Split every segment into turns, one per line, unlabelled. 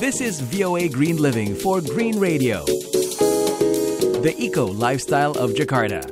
This is VOA Green Living for Green Radio, the eco lifestyle of Jakarta.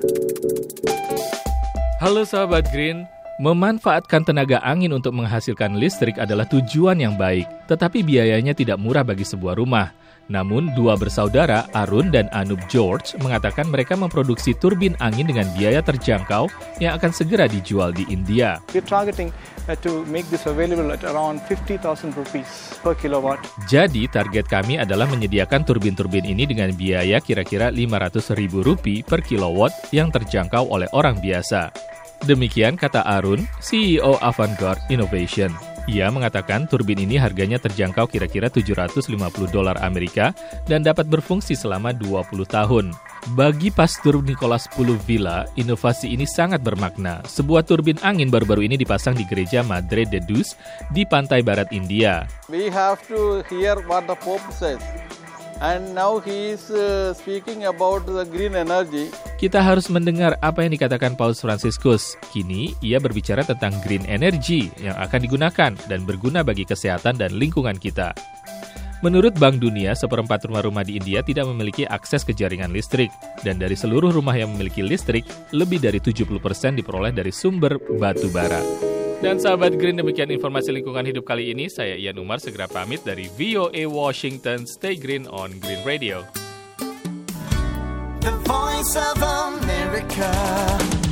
Halo sahabat Green, memanfaatkan tenaga angin untuk menghasilkan listrik adalah tujuan yang baik, tetapi biayanya tidak murah bagi sebuah rumah. Namun, dua bersaudara, Arun dan Anup George, mengatakan mereka memproduksi turbin angin dengan biaya terjangkau yang akan segera dijual di India.
We're targeting to make this available at around 50,000 rupees per kilowatt.
Jadi, target kami adalah menyediakan turbin-turbin ini dengan biaya kira-kira Rp500.000 per kilowatt yang terjangkau oleh orang biasa. Demikian kata Arun, CEO Avantgarde Innovation. Ia mengatakan turbin ini harganya terjangkau kira-kira $750 Amerika dan dapat berfungsi selama 20 tahun. Bagi Pastor Nicholas Puluvilla, inovasi ini sangat bermakna. Sebuah turbin angin baru-baru ini dipasang di gereja Madre de Deus di pantai barat India.
We have to hear what the Pope says. And now he is speaking about the green energy.
Kita harus mendengar apa yang dikatakan Paus Fransiskus. Kini, ia berbicara tentang green energy yang akan digunakan dan berguna bagi kesehatan dan lingkungan kita. Menurut Bank Dunia, seperempat rumah-rumah di India tidak memiliki akses ke jaringan listrik. Dan dari seluruh rumah yang memiliki listrik, lebih dari 70% diperoleh dari sumber batu bara. Dan sahabat Green, demikian informasi lingkungan hidup kali ini. Saya Ian Umar, segera pamit dari VOA Washington. Stay green on Green Radio.
The Voice of America.